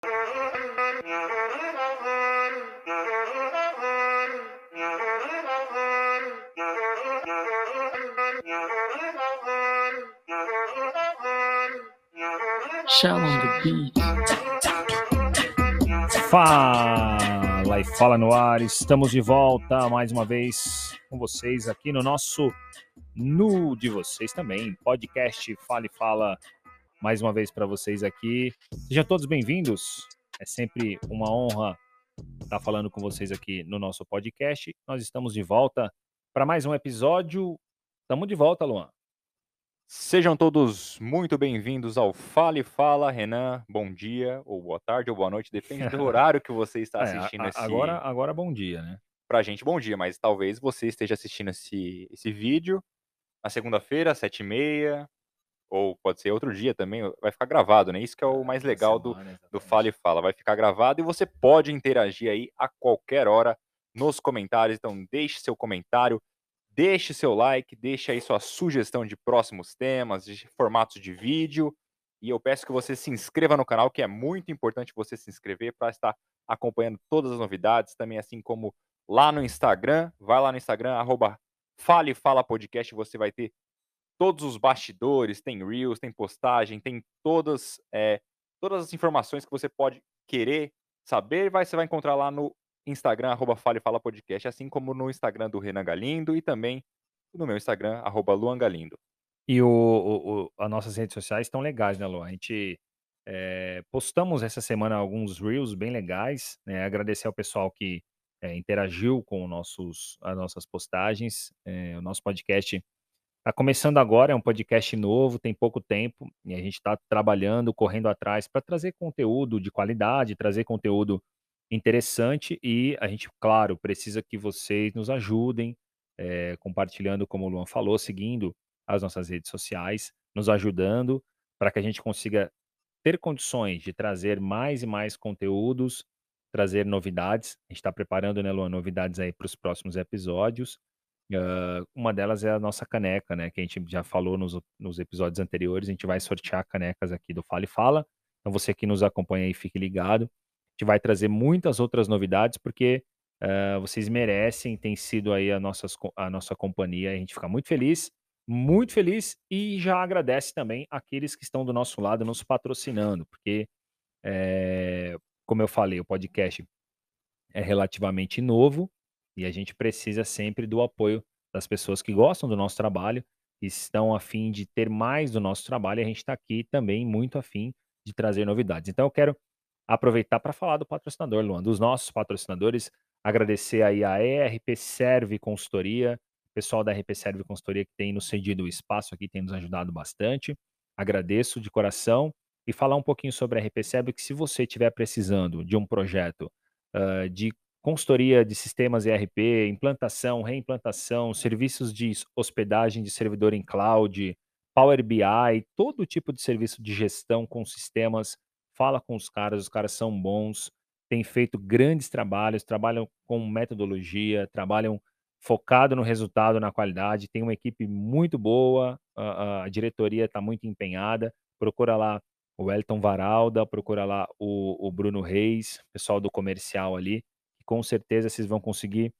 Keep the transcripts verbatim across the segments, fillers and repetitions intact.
Shell on the beat. Fala e fala no ar, estamos de volta mais uma vez com vocês aqui no nosso Nu de vocês também, podcast Fala e Fala, mais uma vez para vocês aqui. Sejam todos bem-vindos, é sempre uma honra estar falando com vocês aqui no nosso podcast. Nós estamos de volta para mais um episódio. Estamos de volta, Luan. Sejam todos muito bem-vindos ao Fala e Fala. Renan, bom dia, ou boa tarde, ou boa noite, depende do horário que você está É, assistindo a- esse... agora, agora bom dia, né? Pra gente, bom dia, mas talvez você esteja assistindo esse, esse vídeo na segunda-feira, às sete e meia, ou pode ser outro dia também, vai ficar gravado, né? Isso que é o mais Da legal do, semana, do exatamente. Fala e Fala, vai ficar gravado e você pode interagir aí a qualquer hora nos comentários, então deixe seu comentário, deixe seu like, deixe aí sua sugestão de próximos temas, de formatos de vídeo, e eu peço que você se inscreva no canal, que é muito importante você se inscrever para estar acompanhando todas as novidades, também assim como lá no Instagram, vai lá no Instagram, arroba Fale Fala Podcast, você vai ter todos os bastidores, tem Reels, tem postagem, tem todas, é, todas as informações que você pode querer saber, vai, você vai encontrar lá no Instagram, arroba Fale Fala Podcast, assim como no Instagram do Renan Galindo e também no meu Instagram, arroba Luan Galindo. E o, o, o- as nossas redes sociais estão legais, né, Lu? A gente é, postamos essa semana alguns Reels bem legais, né? Agradecer ao pessoal que é, interagiu com nossos, as nossas postagens. É, o nosso podcast está começando agora, é um podcast novo, tem pouco tempo, e a gente está trabalhando, correndo atrás para trazer conteúdo de qualidade, trazer conteúdo interessante, e a gente, claro, precisa que vocês nos ajudem, é, compartilhando, como o Luan falou, seguindo as nossas redes sociais, nos ajudando para que a gente consiga ter condições de trazer mais e mais conteúdos, trazer novidades. A gente está preparando, né, Luan, novidades aí para os próximos episódios. Ah, uma delas é a nossa caneca, né, que a gente já falou nos, nos episódios anteriores. A gente vai sortear canecas aqui do Fala e Fala. Então você que nos acompanha aí, fique ligado. A gente vai trazer muitas outras novidades, porque ah, vocês merecem, tem sido aí a, nossas, co- a nossa companhia. A gente fica muito feliz, muito feliz, e já agradece também aqueles que estão do nosso lado nos patrocinando, porque, eh, como eu falei, o podcast é relativamente novo e a gente precisa sempre do apoio das pessoas que gostam do nosso trabalho, e estão a fim de ter mais do nosso trabalho, e a gente está aqui também muito a fim de trazer novidades. Então eu quero aproveitar para falar do patrocinador, Luan, dos nossos patrocinadores, agradecer aí a E R P Serve Consultoria, o pessoal da E R P Serve Consultoria que tem nos cedido o espaço aqui, tem nos ajudado bastante. Agradeço de coração, e falar um pouquinho sobre a E R P Serve, que se você estiver precisando de um projeto ah, de consultoria de sistemas E R P, implantação, reimplantação, serviços de s- hospedagem de servidor em cloud, Power B I, todo tipo de serviço de gestão com sistemas. Fala com os caras, os caras são bons, têm feito grandes trabalhos, trabalham com metodologia, trabalham focado no resultado, na qualidade, tem uma equipe muito boa, a, a diretoria está muito empenhada. Procura lá o Elton Varalda, procura lá o, o Bruno Reis, pessoal do comercial ali, que com certeza vocês vão conseguir,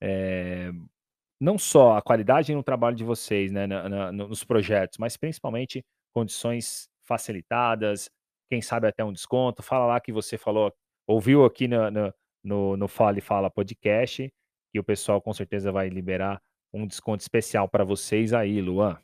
eh, não só a qualidade no trabalho de vocês, né, na- na- no- nos projetos, mas principalmente condições facilitadas, quem sabe até um desconto. Fala lá que você falou, ouviu aqui no, no, no, no Fala e Fala Podcast, que o pessoal com certeza vai liberar um desconto especial para vocês aí, Luan.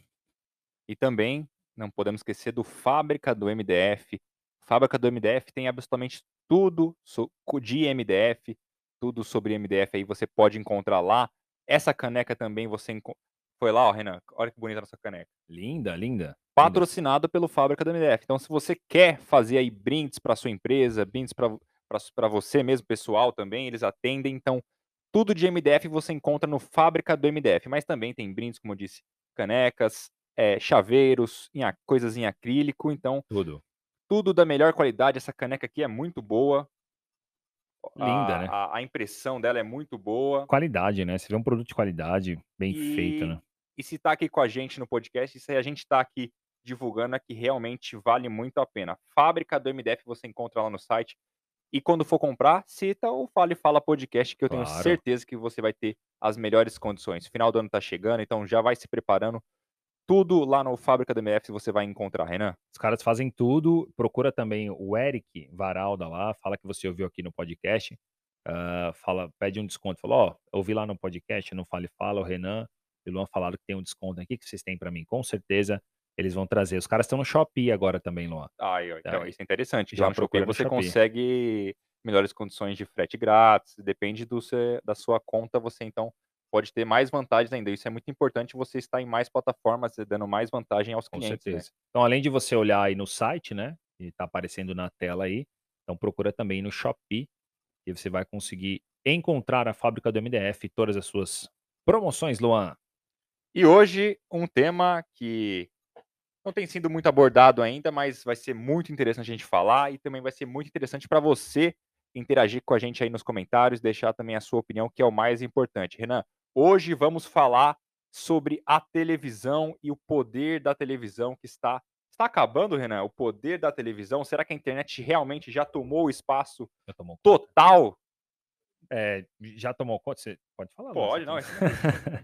E também não podemos esquecer do Fábrica do M D F. Fábrica do M D F tem absolutamente tudo so- co- de M D F, tudo sobre M D F aí você pode encontrar lá. Essa caneca também você enco- foi lá, ó, Renan, olha que bonita a nossa caneca. Linda, linda, linda. Patrocinado pelo Fábrica do M D F. Então, se você quer fazer aí brindes para sua empresa, brindes para você mesmo, pessoal também, eles atendem. Então, tudo de M D F você encontra no Fábrica do M D F. Mas também tem brindes, como eu disse, canecas, eh, chaveiros, em a- coisas em acrílico. Então, Tudo. tudo da melhor qualidade. Essa caneca aqui é muito boa. Linda, né? A, a, a impressão dela é muito boa. Qualidade, né, você vê um produto de qualidade, bem feito, E, né. e se tá aqui com a gente no podcast, isso aí a gente tá aqui divulgando a que realmente vale muito a pena. Fábrica do M D F você encontra lá no site. E quando for comprar, cita o Fala e Fala Podcast, que eu tenho Claro. certeza que você vai ter as melhores condições. Final do ano tá chegando, então já vai se preparando. Tudo lá no Fábrica do M D F você vai encontrar, Renan. Os caras fazem tudo. Procura também o Eric Varalda lá, fala que você ouviu aqui no podcast. Ah, fala, pede um desconto. Fala, ó, ouvi lá no podcast, no Fala e Fala, o Renan e o Luan falaram que tem um desconto aqui que vocês têm pra mim. Com certeza eles vão trazer. Os caras estão no Shopee agora também, Luan. Aí, ó, Tá, então isso é interessante, que lá já no Shopee procura no você Shopee. consegue melhores condições de frete grátis, depende do se da sua conta, você então pode ter mais vantagens ainda. Isso é muito importante, você estar em mais plataformas, e dando mais vantagem aos Com clientes, né. certeza. Então, além de você olhar aí no site, né, que tá aparecendo na tela aí, então procura também no Shopee, que você vai conseguir encontrar a Fábrica do M D F e todas as suas promoções, Luan. E hoje um tema que não tem sido muito abordado ainda, mas vai ser muito interessante a gente falar e também vai ser muito interessante para você interagir com a gente aí nos comentários, deixar também a sua opinião, que é o mais importante. Renan, hoje vamos falar sobre a televisão e o poder da televisão que está está acabando, Renan, o poder da televisão. Será que a internet realmente já tomou o espaço Já tomou conta? total? É, já tomou conta? Você pode falar, Luan, você Pode, tem não, é isso mesmo.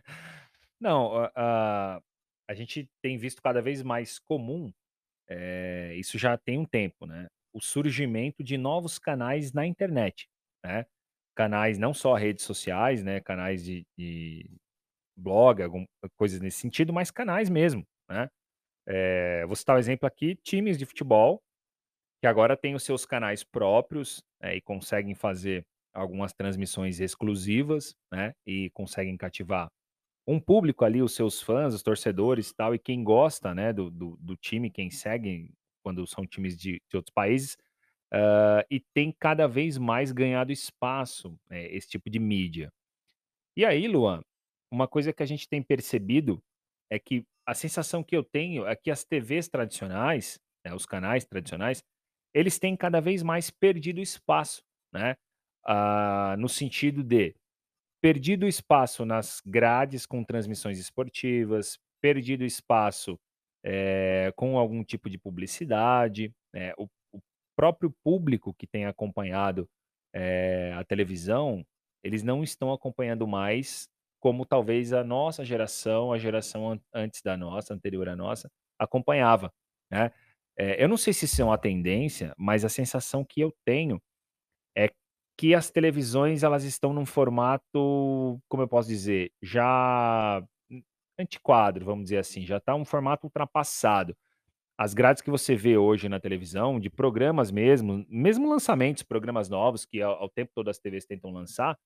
Não, a a a gente tem visto cada vez mais comum, eh, isso já tem um tempo, né, o surgimento de novos canais na internet, né. Canais não só redes sociais, né, canais de de blog, algum coisas nesse sentido, mas canais mesmo, né. Eh, vou citar o exemplo aqui, times de futebol, que agora têm os seus canais próprios, eh, e conseguem fazer algumas transmissões exclusivas, né, e conseguem cativar um público ali, os seus fãs, os torcedores e tal, e quem gosta, né, do do do time, quem segue quando são times de de outros países, hã, e tem cada vez mais ganhado espaço, eh, esse tipo de mídia. E aí, Luan, uma coisa que a gente tem percebido é que a sensação que eu tenho é que as T Vs tradicionais, né, os canais tradicionais, eles têm cada vez mais perdido espaço, né, ah, no sentido de perdido espaço nas grades com transmissões esportivas, perdido espaço, eh, com algum tipo de publicidade, né, o o próprio público que tem acompanhado, eh, a televisão, eles não estão acompanhando mais como talvez a nossa geração, a geração an antes da nossa, anterior à nossa, acompanhava, né. Eh, eu não sei se isso é uma tendência, mas a sensação que eu tenho é que as televisões elas estão num formato, como eu posso dizer, já hum, antiquado, vamos dizer assim, já está um formato ultrapassado. As grades que você vê hoje na televisão, de programas mesmo, mesmo lançamentos, programas novos que ao ao tempo todo as T Vs tentam lançar,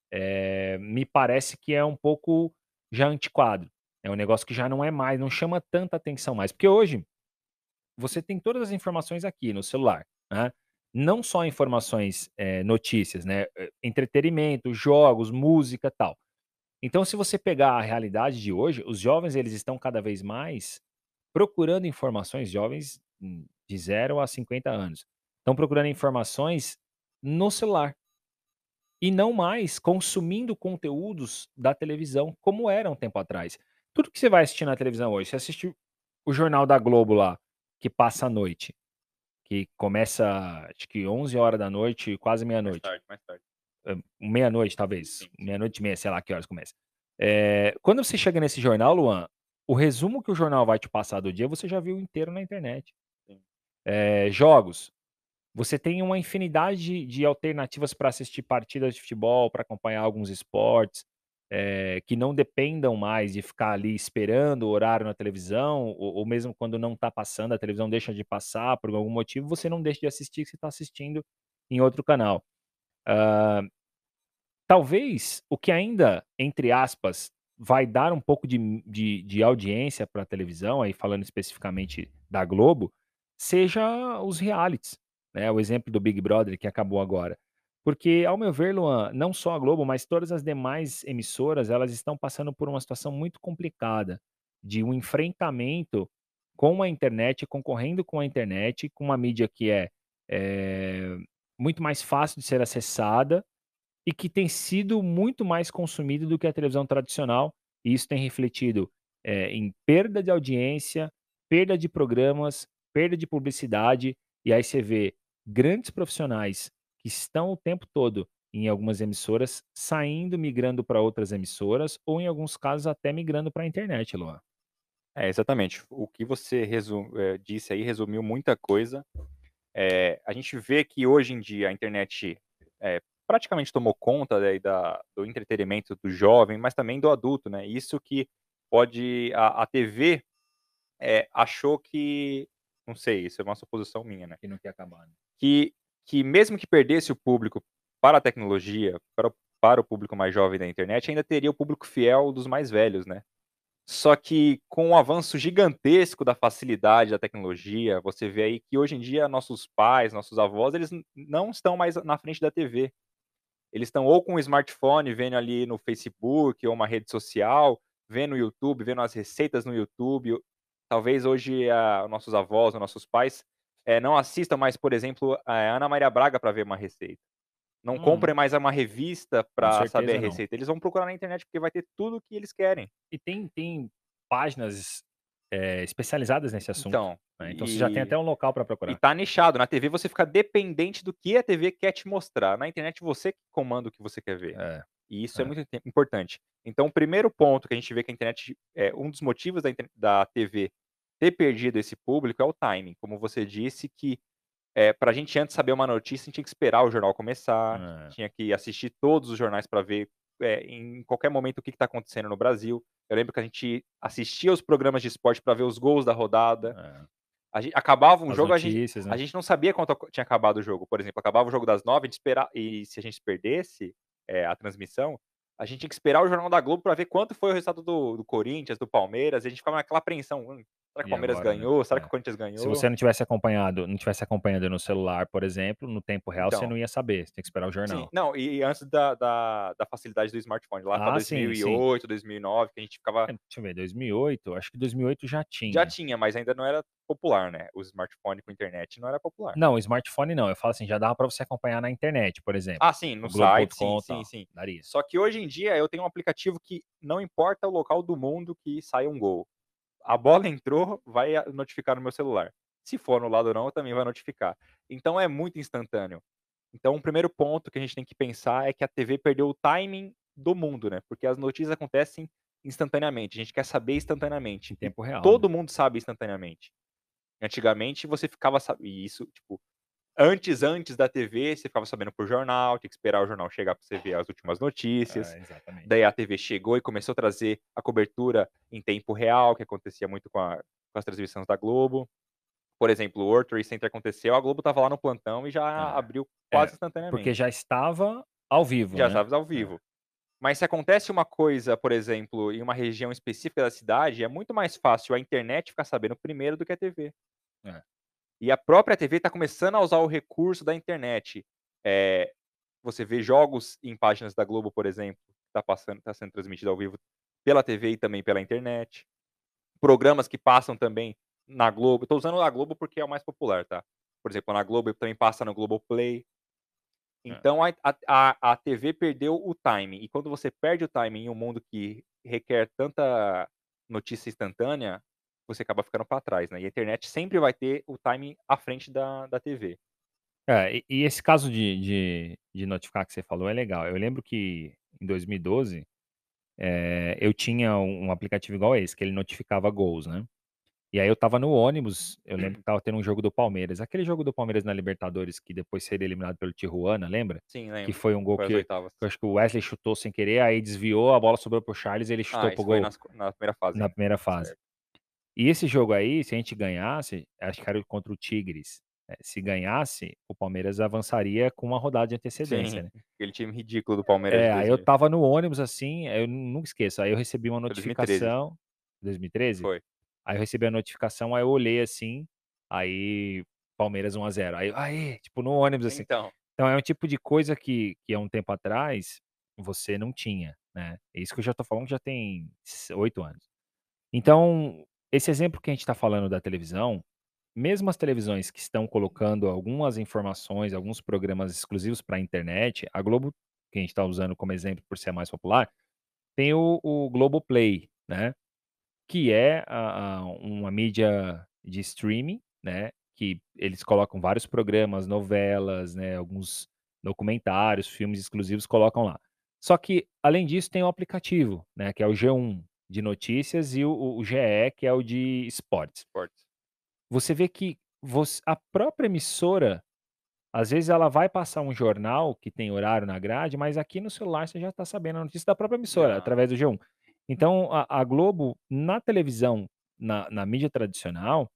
eh, me parece que é um pouco já antiquado. É um negócio que já não é mais, não chama tanta atenção mais. Porque hoje você tem todas as informações aqui no celular, né. Não só informações, eh, notícias, né, eh, entretenimento, jogos, música, tal. Então se você pegar a realidade de hoje, os jovens eles estão cada vez mais procurando informações, jovens, hum, de zero a cinquenta anos, estão procurando informações no celular. E não mais consumindo conteúdos da televisão, como era um tempo atrás. Tudo que você vai assistir na televisão hoje, você assiste o Jornal da Globo lá, que passa à noite, que começa acho que onze horas da noite, quase Mais meia-noite. tarde, mais tarde. Hã, meia-noite talvez, Sim, sim. meia-noite e meia, sei lá que horas começa. Eh, quando você chega nesse jornal, Luan, o resumo que o jornal vai te passar do dia, você já viu inteiro na internet. Sim. Eh, jogos, você tem uma infinidade de de alternativas para assistir partidas de futebol, para acompanhar alguns esportes, eh, que não dependam mais de ficar ali esperando o horário na televisão, ou ou mesmo quando não está passando, a televisão deixa de passar por algum motivo, você não deixa de assistir, que você está assistindo em outro canal. Hã, talvez o que ainda, entre aspas, vai dar um pouco de m de de audiência para a televisão, aí falando especificamente da Globo, seja os realities, né, o exemplo do Big Brother que acabou agora. Porque ao meu ver, Luan, não só a Globo, mas todas as demais emissoras, elas estão passando por uma situação muito complicada, de um enfrentamento com a internet, concorrendo com a internet, com uma mídia que é, eh, muito mais fácil de ser acessada, e que tem sido muito mais consumida do que a televisão tradicional, e isso tem refletido, eh, em perda de audiência, perda de programas, perda de publicidade, e aí você vê grandes profissionais que estão o tempo todo em algumas emissoras, saindo, migrando para outras emissoras ou em alguns casos até migrando para a internet, Luan. É, exatamente. O que você resu eh, disse aí resumiu muita coisa. Eh, a gente vê que hoje em dia a internet, eh, praticamente tomou conta daí da do entretenimento do jovem, mas também do adulto, né. Isso que pode a a T V, eh, achou que não sei, isso é uma suposição minha, né, Que não quer acabar, né? que que mesmo que perdesse o público para a tecnologia, para o para o público mais jovem da internet, ainda teria o público fiel dos mais velhos, né. Só que com o avanço gigantesco da facilidade da tecnologia, você vê aí que hoje em dia nossos pais, nossos avós, eles n não estão mais na frente da T V. Eles estão ou com o smartphone vendo ali no Facebook ou uma rede social, vendo o YouTube, vendo as receitas no YouTube. O talvez hoje a nossos avós ou nossos pais, eh, não assistam mais, por exemplo, a Ana Maria Braga para ver uma receita. Não comprem Uhum. mais uma revista Com para saber a certeza não. receita, eles vão procurar na internet, porque vai ter tudo o que eles querem. E tem tem páginas, eh, especializadas nesse assunto, Então, né, então você já tem e até um local para e procurar. tá nichado. Na T V você fica dependente do que a T V quer te mostrar. Na internet você que comanda o que você quer ver. É, E isso é é. muito inte importante. Então o primeiro ponto que a gente vê que a internet é um dos motivos da inter da T V ter perdido esse público é o timing. Como você disse que, eh, pra gente antes saber uma notícia, a gente tinha que esperar o jornal começar, É. tinha que assistir todos os jornais pra ver, eh, em qualquer momento o que que tá acontecendo no Brasil. Eu lembro que a gente assistia os programas de esporte pra ver os gols da rodada. É. A gen acabava um As jogo, a gente notícias, a né. gente não sabia quanto aco tinha acabado o jogo. Por exemplo, acabava o jogo das nove, a gente espera e se a gente perdesse, eh, a transmissão, a gente tinha que esperar o jornal da Globo pra ver quanto foi o resultado do do Corinthians, do Palmeiras, e a gente ficava naquela apreensão: "Hum, será que o E Palmeiras agora, né. ganhou? Será que o É. Corinthians Se ganhou?". você não tivesse acompanhado não tivesse acompanhando no celular, por exemplo, no tempo real, você Então não ia saber, você tem que esperar o Sim. jornal. Não, e antes da da da facilidade do smartphone, lá pra Ah, dois mil sim, e sim. oito, dois mil e nove, que a gente ficava É, deixa eu ver, dois mil e oito? Acho que dois mil e oito já Já tinha. tinha, mas ainda não era popular, né. O smartphone com internet não era popular. Não, o smartphone não, eu falo assim, já dava pra você acompanhar na internet, por exemplo, Ah, sim, no no site, sim, globo.com, sim, tal, sim. daria. Só que hoje em dia eu tenho um aplicativo que não importa o local do mundo que saia um gol. A bola entrou, vai a notificar no meu celular. Se for anulado ou não, também vai notificar. Então é muito instantâneo. Então o primeiro ponto que a gente tem que pensar é que a T V perdeu o timing do mundo, né, porque as notícias acontecem instantaneamente, a gente quer saber instantaneamente, Em e tempo real, né. todo mundo sabe instantaneamente. Antigamente você ficava sa e isso, tipo, antes antes da T V, você ficava sabendo por jornal, tinha que esperar o jornal chegar pra você ver as últimas notícias. É, exatamente. Daí a T V chegou e começou a trazer a cobertura em tempo real, que acontecia muito com a com as transmissões da Globo. Por exemplo, o World Trade Center aconteceu, a Globo estava lá no plantão e já É. abriu É, quase porque instantaneamente. já estava ao vivo, Já né. estávamos ao É. vivo. Mas se acontece uma coisa, por exemplo, em uma região específica da cidade, é muito mais fácil a internet ficar sabendo primeiro do que a T V. É. E a própria T V tá começando a usar o recurso da internet. Eh, você vê jogos em páginas da Globo, por exemplo, tá passando tá sendo transmitido ao vivo pela T V e também pela internet. Programas que passam também na Globo, tô usando a Globo porque é o mais popular, tá. Por exemplo, na Globo também passa no Globoplay. É. Então a a a a T V perdeu o timing, e quando você perde o timing em um mundo que requer tanta notícia instantânea, você acaba ficando pra trás, né. E a internet sempre vai ter o timing à frente da da T V. É, e e esse caso de de de notificar que você falou é legal. Eu lembro que em dois mil e doze, eh, eu tinha um um aplicativo igual a esse, que ele notificava gols, né. E aí eu estava no ônibus, eu lembro que estava tendo um jogo do Palmeiras, aquele jogo do Palmeiras na Libertadores que depois seria eliminado pelo Tijuana, lembra? Sim, Que lembro. foi um gol Foi as que oitavas. eu acho que o Wesley chutou sem querer, aí desviou, a bola sobrou para o Charles e ele chutou Ah, para o isso foi gol, nas qua na primeira fase na ainda. primeira fase. Certo. E esse jogo aí, se a gente ganhasse, acho que era contra o Tigres, eh, se ganhasse, o Palmeiras avançaria com uma rodada de antecedência, Sim, né. aquele time ridículo do Palmeiras de É, aí eu dois mil. estava no ônibus, assim, eu nunca esqueço, aí eu recebi uma Foi dois mil e treze. notificação dois mil e treze? Foi. Aí eu recebi a notificação, aí eu olhei assim, aí Palmeiras um a zero, aí eu: "Aê!", tipo no ônibus, assim. Então. Então é um tipo de coisa que que há um tempo atrás, você não tinha, né. É isso que eu já tô falando já tem s oito anos. Então, esse exemplo que a gente tá falando da televisão, mesmo as televisões que estão colocando algumas informações, alguns programas exclusivos pra internet, a Globo, que a gente tá usando como exemplo por ser a mais popular, tem o o Globoplay, né. que é a a uma mídia de streaming, né, que eles colocam vários programas, novelas, né, alguns documentários, filmes exclusivos, colocam lá. Só que, além disso, tem o aplicativo, né, que é o G um de notícias e o o G E, que é o de esportes. Esportes. Você vê que voc a própria emissora, às vezes ela vai passar um jornal que tem horário na grade, mas aqui no celular você já tá sabendo a notícia da própria emissora, Já. através do G um. Então a a Globo, na televisão, na na mídia tradicional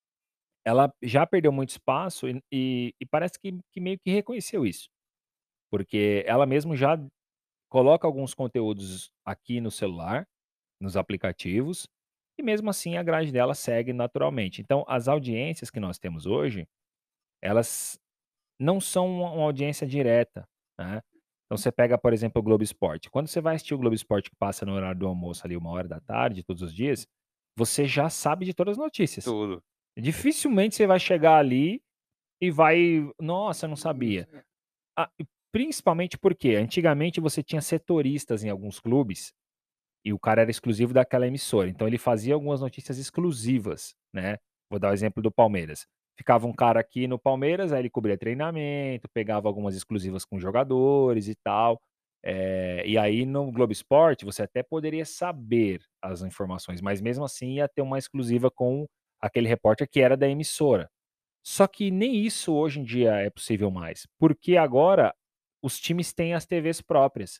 ela já perdeu muito espaço e e e parece que que meio que reconheceu isso. Porque ela mesmo já coloca alguns conteúdos aqui no celular, nos aplicativos, e mesmo assim a grade dela segue naturalmente. Então as audiências que nós temos hoje, elas não são uma uma audiência direta, né. Então você pega, por exemplo, o Globo Esporte, quando você vai assistir o Globo Esporte que passa no horário do almoço ali uma hora da tarde todos os dias, você já sabe de todas as notícias. Tudo. Dificilmente você vai chegar ali e vai: "Nossa, não sabia". Ah, e principalmente porque antigamente você tinha setoristas em alguns clubes, e o cara era exclusivo daquela emissora, então ele fazia algumas notícias exclusivas, né. Vou dar o exemplo do Palmeiras, ficava um cara aqui no Palmeiras, aí ele cobria treinamento, pegava algumas exclusivas com jogadores e tal. Eh, e aí no Globo Esporte você até poderia saber as informações, mas mesmo assim ia ter uma exclusiva com aquele repórter que era da emissora. Só que nem isso hoje em dia é possível mais, porque agora os times têm as TVs próprias.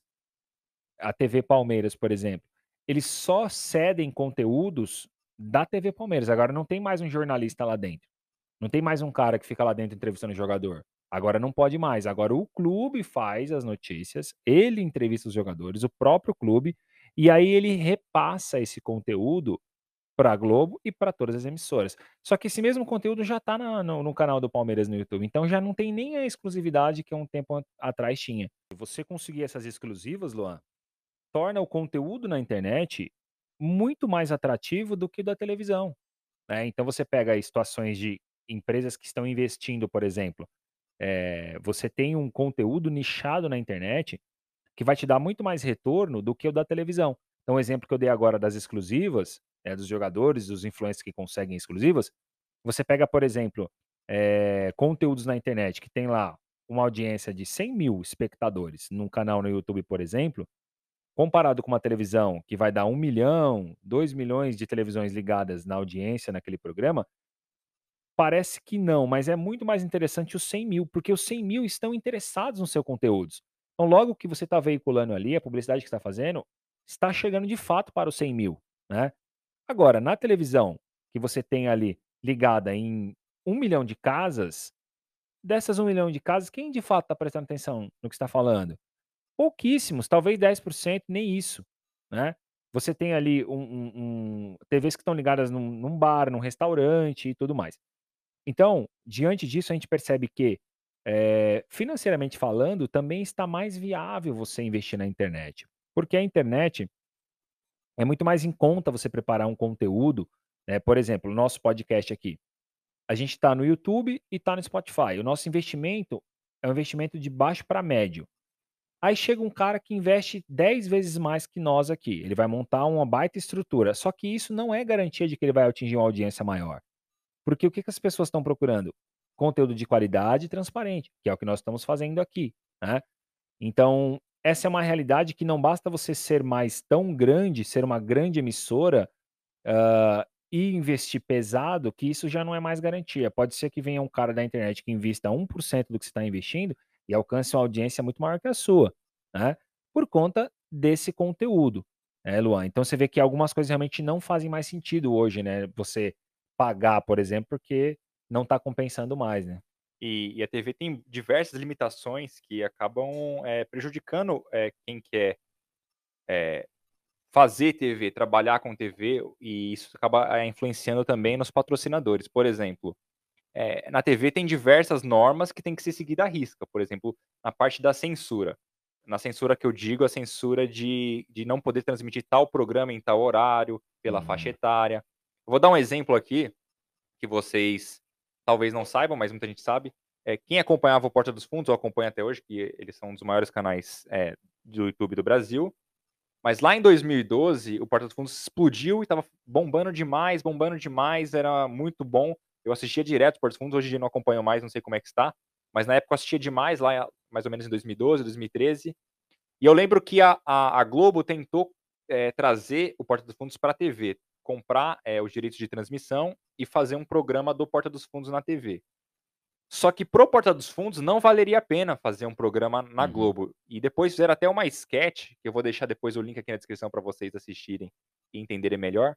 A TV Palmeiras, por exemplo, eles só cedem conteúdos da TV Palmeiras, agora não tem mais um jornalista lá dentro, não tem mais um cara que fica lá dentro entrevistando o jogador, agora não pode mais, agora o clube faz as notícias, ele entrevista os jogadores, o próprio clube, e aí ele repassa esse conteúdo pra Globo e pra todas as emissoras. Só que esse mesmo conteúdo já tá na no no canal do Palmeiras no YouTube, então já não tem nem a exclusividade que há um tempo a atrás tinha. Você conseguir essas exclusivas, Luan, torna o conteúdo na internet muito mais atrativo do que o da televisão, né. Então você pega aí situações de empresas que estão investindo, por exemplo, eh, você tem um conteúdo nichado na internet, que vai te dar muito mais retorno do que o da televisão. Então o exemplo que eu dei agora das exclusivas, eh, dos jogadores, dos influencers que conseguem exclusivas, você pega, por exemplo, eh, conteúdos na internet que tem lá uma audiência de cem mil espectadores num canal no YouTube, por exemplo, comparado com uma televisão que vai dar um milhão, dois milhões de televisões ligadas na audiência naquele programa parece que não, mas é muito mais interessante os cem mil, porque os cem mil estão interessados no seu conteúdos. Então logo que você tá veiculando ali, a publicidade que você tá fazendo, está chegando de fato para os cem mil, né. Agora, na televisão, que você tem ali ligada em um milhão de casas, dessas um milhão de casas, quem de fato tá prestando atenção no que você tá falando? Pouquíssimos, talvez dez por cento, nem isso, né. Você tem ali um um um TVs que estão ligadas num num bar, num restaurante e tudo mais. Então, diante disso a gente percebe que, eh, financeiramente falando, também está mais viável você investir na internet, porque a internet é muito mais em conta você preparar um conteúdo, né, por exemplo, o nosso podcast aqui, a gente tá no YouTube e tá no Spotify, o nosso investimento é um investimento de baixo pra médio. Aí chega um cara que investe dez vezes mais que nós aqui, ele vai montar uma baita estrutura, só que isso não é garantia de que ele vai atingir uma audiência maior. Porque o que que as pessoas estão procurando? Conteúdo de qualidade e transparente, que é o que nós estamos fazendo aqui, né. Então, essa é uma realidade que não basta você ser mais tão grande, ser uma grande emissora, hã, e investir pesado, que isso já não é mais garantia. Pode ser que venha um cara da internet que invista um por cento do que você tá investindo e alcance uma audiência muito maior que a sua, né, por conta desse conteúdo, né, Luan. Então você vê que algumas coisas realmente não fazem mais sentido hoje, né, você pagar, por exemplo, porque não tá compensando mais, né. E e a TV tem diversas limitações que acabam, eh, prejudicando, eh, quem quer, eh, fazer TV, trabalhar com TV, e isso acaba, eh, influenciando também nos patrocinadores. Por exemplo, eh, na TV tem diversas normas que têm que ser seguida à risca, por exemplo, na parte da censura. Na censura que eu digo, a censura de de não poder transmitir tal programa em tal horário, pela faixa Hum. etária. Vou dar um exemplo aqui, que vocês talvez não saibam, mas muita gente sabe, eh, quem acompanhava o Porta dos Fundos ou acompanha até hoje, que eles são um dos maiores canais, eh, do YouTube do Brasil Mas lá em dois mil e doze, o Porta dos Fundos explodiu e estava bombando demais, bombando demais, era muito bom. Eu assistia direto o Porta dos Fundos, hoje em dia não acompanho mais, não sei como é que está, mas na época eu assistia demais lá, mais ou menos em dois mil e doze, dois mil e treze. E eu lembro que a a a Globo tentou, eh, trazer o Porta dos Fundos pra T V, comprar, eh, os direitos de transmissão e fazer um programa do Porta dos Fundos na T V. Só que para o Porta dos Fundos não valeria a pena fazer um programa na Uhum. Globo. E depois fizeram até uma sketch, que eu vou deixar depois o link aqui na descrição para vocês assistirem e entenderem melhor,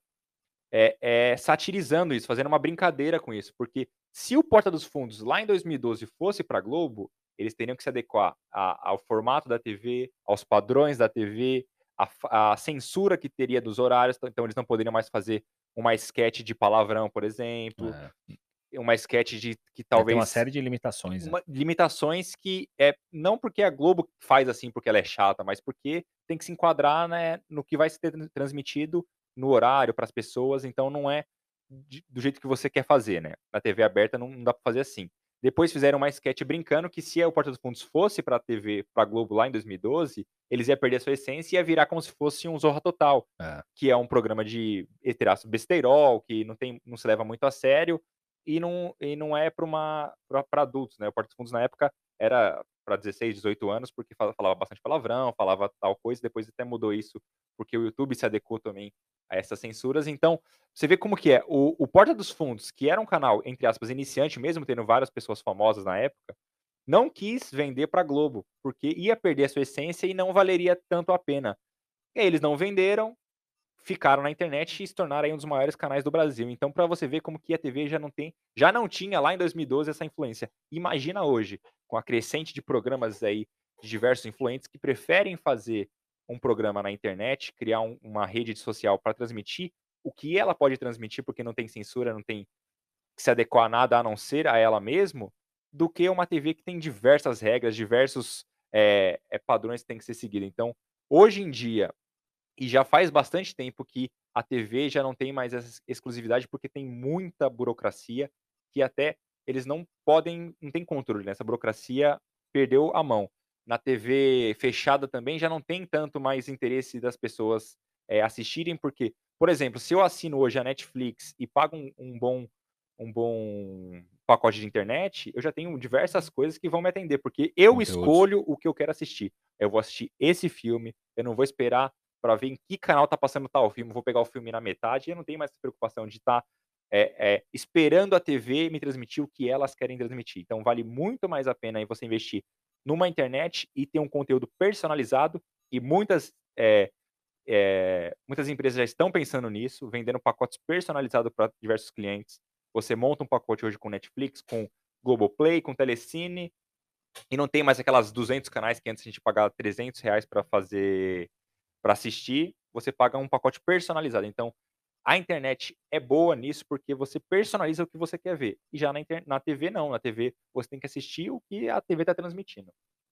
eh eh, satirizando isso, fazendo uma brincadeira com isso, porque se o Porta dos Fundos lá em dois mil e doze fosse pra Globo, eles teriam que se adequar a ao formato da T V, aos padrões da T V, a fa a censura que teria dos horários, então eles não poderiam mais fazer uma sketch de palavrão, por exemplo, É. uma sketch de que É, tem uma talvez série de limitações, é. uma limitações que, eh, não porque a Globo faz assim, porque ela é chata, mas porque tem que se enquadrar, né, no que vai ser tran transmitido, no horário, para as pessoas, então não é de do jeito que você quer fazer, né. Na T V aberta não não dá pra fazer assim. Depois fizeram uma sketch brincando que se a o Porta dos Fundos fosse pra T V, pra Globo lá em dois mil e doze, eles ia perder a sua essência e ia virar como se fosse um Zorra Total, É. que é um programa de, entre aspas, "besteirol", que não tem não se leva muito a sério, e não e não é pra uma pra pra adultos, né. O Porta dos Fundos na época era pra dezesseis, dezoito anos, porque fala falava bastante palavrão, falava tal coisa, depois até mudou isso, porque o YouTube se adequou também a essas censuras. Então, você vê como que é, o o Porta dos Fundos, que era um canal, entre aspas, "iniciante", mesmo tendo várias pessoas famosas na época, não quis vender pra Globo, porque ia perder a sua essência e não valeria tanto a pena. E aí eles não venderam, ficaram na internet e se tornaram aí um dos maiores canais do Brasil. Então pra você ver como que a T V já não tem já não tinha lá em dois mil e doze essa influência. Imagina hoje, com a crescente de programas aí, de diversos influentes que preferem fazer um programa na internet, criar um uma rede social pra transmitir o que ela pode transmitir, porque não tem censura, não tem que se adequar a nada a não ser a ela mesmo, do que uma T V que tem diversas regras, diversos, eh eh, padrões que tem que ser seguido. Então, hoje em dia, e já faz bastante tempo que a T V já não tem mais essa exclusividade, porque tem muita burocracia, que até eles não podem não têm controle, né, essa burocracia perdeu a mão. Na T V fechada também já não tem tanto mais interesse das pessoas, eh, assistirem, porque, por exemplo, se eu assino hoje a Netflix e pago um um bom um bom pacote de internet, eu já tenho diversas coisas que vão me atender, porque eu Conteúdos. escolho o que eu quero assistir. Eu vou assistir esse filme, eu não vou esperar pra ver em que canal tá passando tal filme, vou pegar o filme na metade e eu não tenho mais essa preocupação de estar, eh eh, esperando a T V me transmitir o que elas querem transmitir. Então vale muito mais a pena aí você investir numa internet e ter um conteúdo personalizado, e muitas, eh eh, muitas empresas já estão pensando nisso, vendendo pacotes personalizados pra diversos clientes. Você monta um pacote hoje com Netflix, com Globoplay, com Telecine, e não tem mais aquelas duzentos canais que antes a gente pagava trezentos reais pra fazer pra assistir, você paga um pacote personalizado. Então, a internet é boa nisso, porque você personaliza o que você quer ver. E já na inter na T V não, na T V você tem que assistir o que a T V tá transmitindo.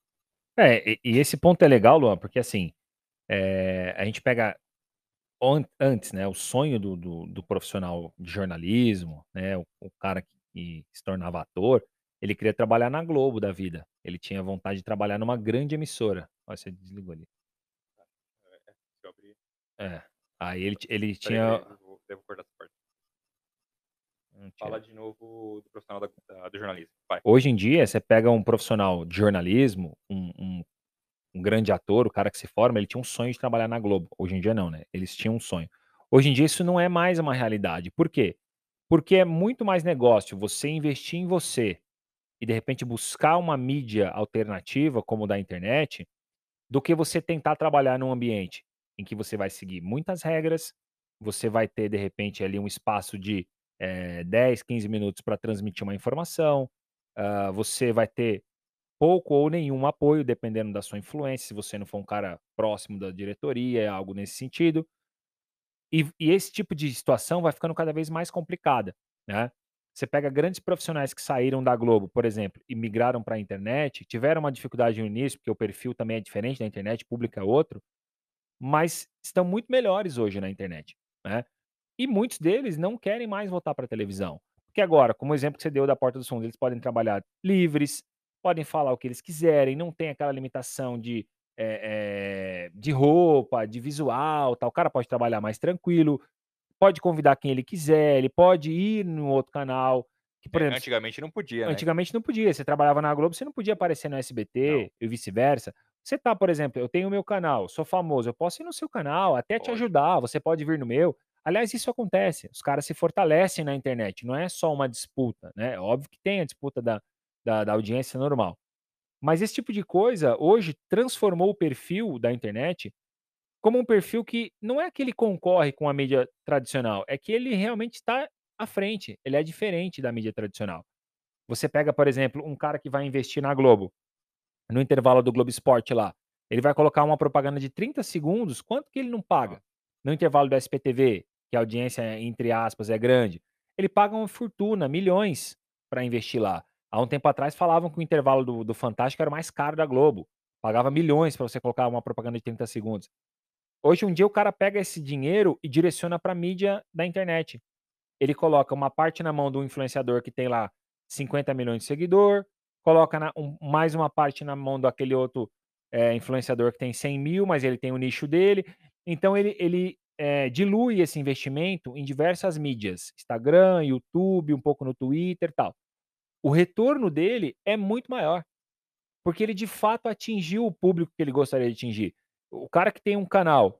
É, e e esse ponto é legal, Luan, porque assim, eh, a gente pega on antes, né, o sonho do do do profissional de jornalismo, né, o o cara que se tornava ator, ele queria trabalhar na Globo da vida, ele tinha vontade de trabalhar numa grande emissora. Ó, você desligou ali. É, deixa eu abrir. É, aí ele ti ele Espera aí, espera tinha aí, eu vou devo cortar essa parte. Fala Mentira. de novo do profissional da da do jornalismo, vai. Hoje em dia, você pega um profissional de jornalismo, um um um grande ator, o cara que se forma, ele tinha um sonho de trabalhar na Globo. Hoje em dia não, né, eles tinham um sonho. Hoje em dia isso não é mais uma realidade. Por quê? Porque é muito mais negócio você investir em você e, de repente, buscar uma mídia alternativa, como o da internet, do que você tentar trabalhar num ambiente em que você vai seguir muitas regras, você vai ter, de repente, ali, um espaço de, eh, dez, quinze minutos pra transmitir uma informação, hã, você vai ter pouco ou nenhum apoio, dependendo da sua influência, se você não for um cara próximo da diretoria, algo nesse sentido. E v e esse tipo de situação vai ficando cada vez mais complicada, né. Você pega grandes profissionais que saíram da Globo, por exemplo, e migraram pra internet, tiveram uma dificuldade no início, porque o perfil também é diferente da internet, o público é outro, mas estão muito melhores hoje na internet, né. E muitos deles não querem mais voltar pra televisão, porque agora, como o exemplo que você deu da Porta dos Fundos, eles podem trabalhar livres, podem falar o que eles quiserem, não tem aquela limitação de eh eh, de roupa, de visual, tal. O cara pode trabalhar mais tranquilo, pode convidar quem ele quiser, ele pode ir no outro canal, que, por É, exemplo, antigamente não podia, né. antigamente não podia, você trabalhava na Globo, você não podia aparecer no Não, S B T e vice-versa. Você tá, por exemplo, eu tenho o meu canal, sou famoso, eu posso ir no seu canal, até te pode. ajudar, você pode vir no meu. Aliás, isso acontece, os caras se fortalecem na internet, não é só uma disputa, né, óbvio que tem a disputa da da da audiência normal. Mas esse tipo de coisa, hoje, transformou o perfil da internet como um perfil que não é que ele concorre com a mídia tradicional, é que ele realmente está à frente, ele é diferente da mídia tradicional. Você pega, por exemplo, um cara que vai investir na Globo, no intervalo do Globo Esporte lá, ele vai colocar uma propaganda de trinta segundos, quanto que ele não paga? Nossa. No intervalo do S P T V, que a audiência, entre aspas, é grande, ele paga uma fortuna, milhões para investir lá. Há um tempo atrás falavam que o intervalo do do Fantástico era o mais caro da Globo, pagava milhões para você colocar uma propaganda de trinta segundos. Hoje, um dia, o cara pega esse dinheiro e direciona para a mídia da internet. Ele coloca uma parte na mão do influenciador que tem lá cinquenta milhões de seguidor, coloca na um mais uma parte na mão daquele outro, eh, influenciador que tem cem mil, mas ele tem o nicho dele. Então ele ele, eh, dilui esse investimento em diversas mídias, Instagram, YouTube, um pouco no Twitter, tal. O retorno dele é muito maior, porque ele de fato atingiu o público que ele gostaria de atingir. O cara que tem um canal,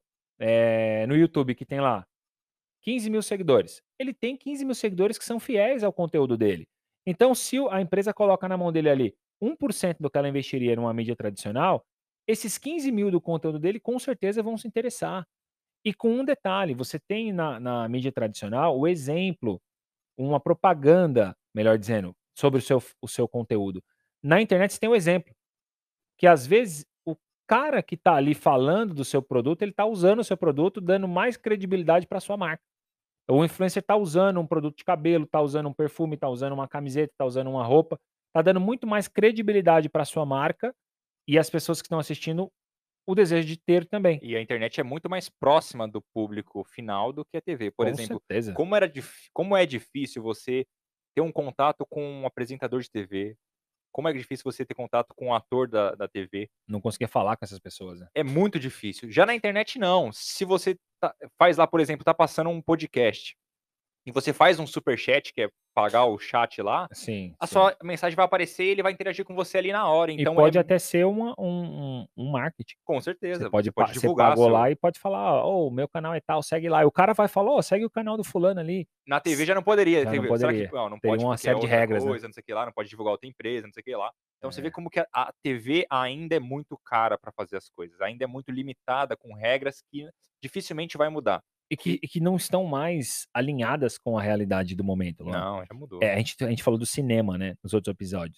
eh, no YouTube que tem lá quinze mil seguidores. Ele tem quinze mil seguidores que são fiéis ao conteúdo dele. Então, se o a empresa coloca na mão dele ali um por cento do que ela investiria numa mídia tradicional, esses quinze mil do conteúdo dele com certeza vão se interessar. E com um detalhe, você tem na na mídia tradicional o exemplo, uma propaganda, melhor dizendo, sobre o seu o seu conteúdo. Na internet você tem o exemplo, que às vezes o cara que está ali falando do seu produto, ele está usando o seu produto, dando mais credibilidade para sua marca. O influencer tá usando um produto de cabelo, tá usando um perfume, tá usando uma camiseta, tá usando uma roupa, tá dando muito mais credibilidade para sua marca, e as pessoas que estão assistindo, o desejo de ter também. E a internet é muito mais próxima do público final do que a T V. Por Com exemplo, certeza. como era dif como é difícil você ter um contato com um apresentador de T V, como é difícil você ter contato com um ator da da T V. Não conseguia falar com essas pessoas, né. É muito difícil. Já na internet não, se você tá faz lá, por exemplo, tá passando um podcast, e você faz um superchat, que é pagar o chat lá, Sim, a sim. sua mensagem vai aparecer e ele vai interagir com você ali na hora, E então é pode até ser uma um um um marketing. com Você certeza, pode você pa pode você divulgar pagou seu lá e pode falar: "Ó, o meu canal é tal, segue lá", e o cara vai falar: "Ó, segue o canal do fulano ali". na T V S já não poderia, Já não T V será que poderia. não, não Teria pode uma porque é série de outra regras, né. coisa, não sei o que lá, não pode divulgar outra empresa, não sei o que lá. Então você vê É. como que a a T V ainda é muito cara para fazer as coisas, ainda é muito limitada com regras que dificilmente vai mudar. E que E e que não estão mais alinhadas com a realidade do momento, Luan. não, já mudou. É, a gente a gente falou do cinema, né, nos outros episódios.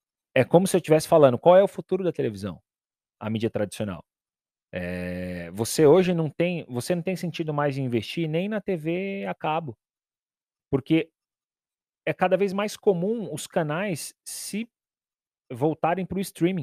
É como se eu estivesse falando: qual é o futuro da televisão? A mídia tradicional. Eh, você hoje não tem você não tem sentido mais em investir nem na T V a cabo, porque é cada vez mais comum os canais se voltarem para o streaming.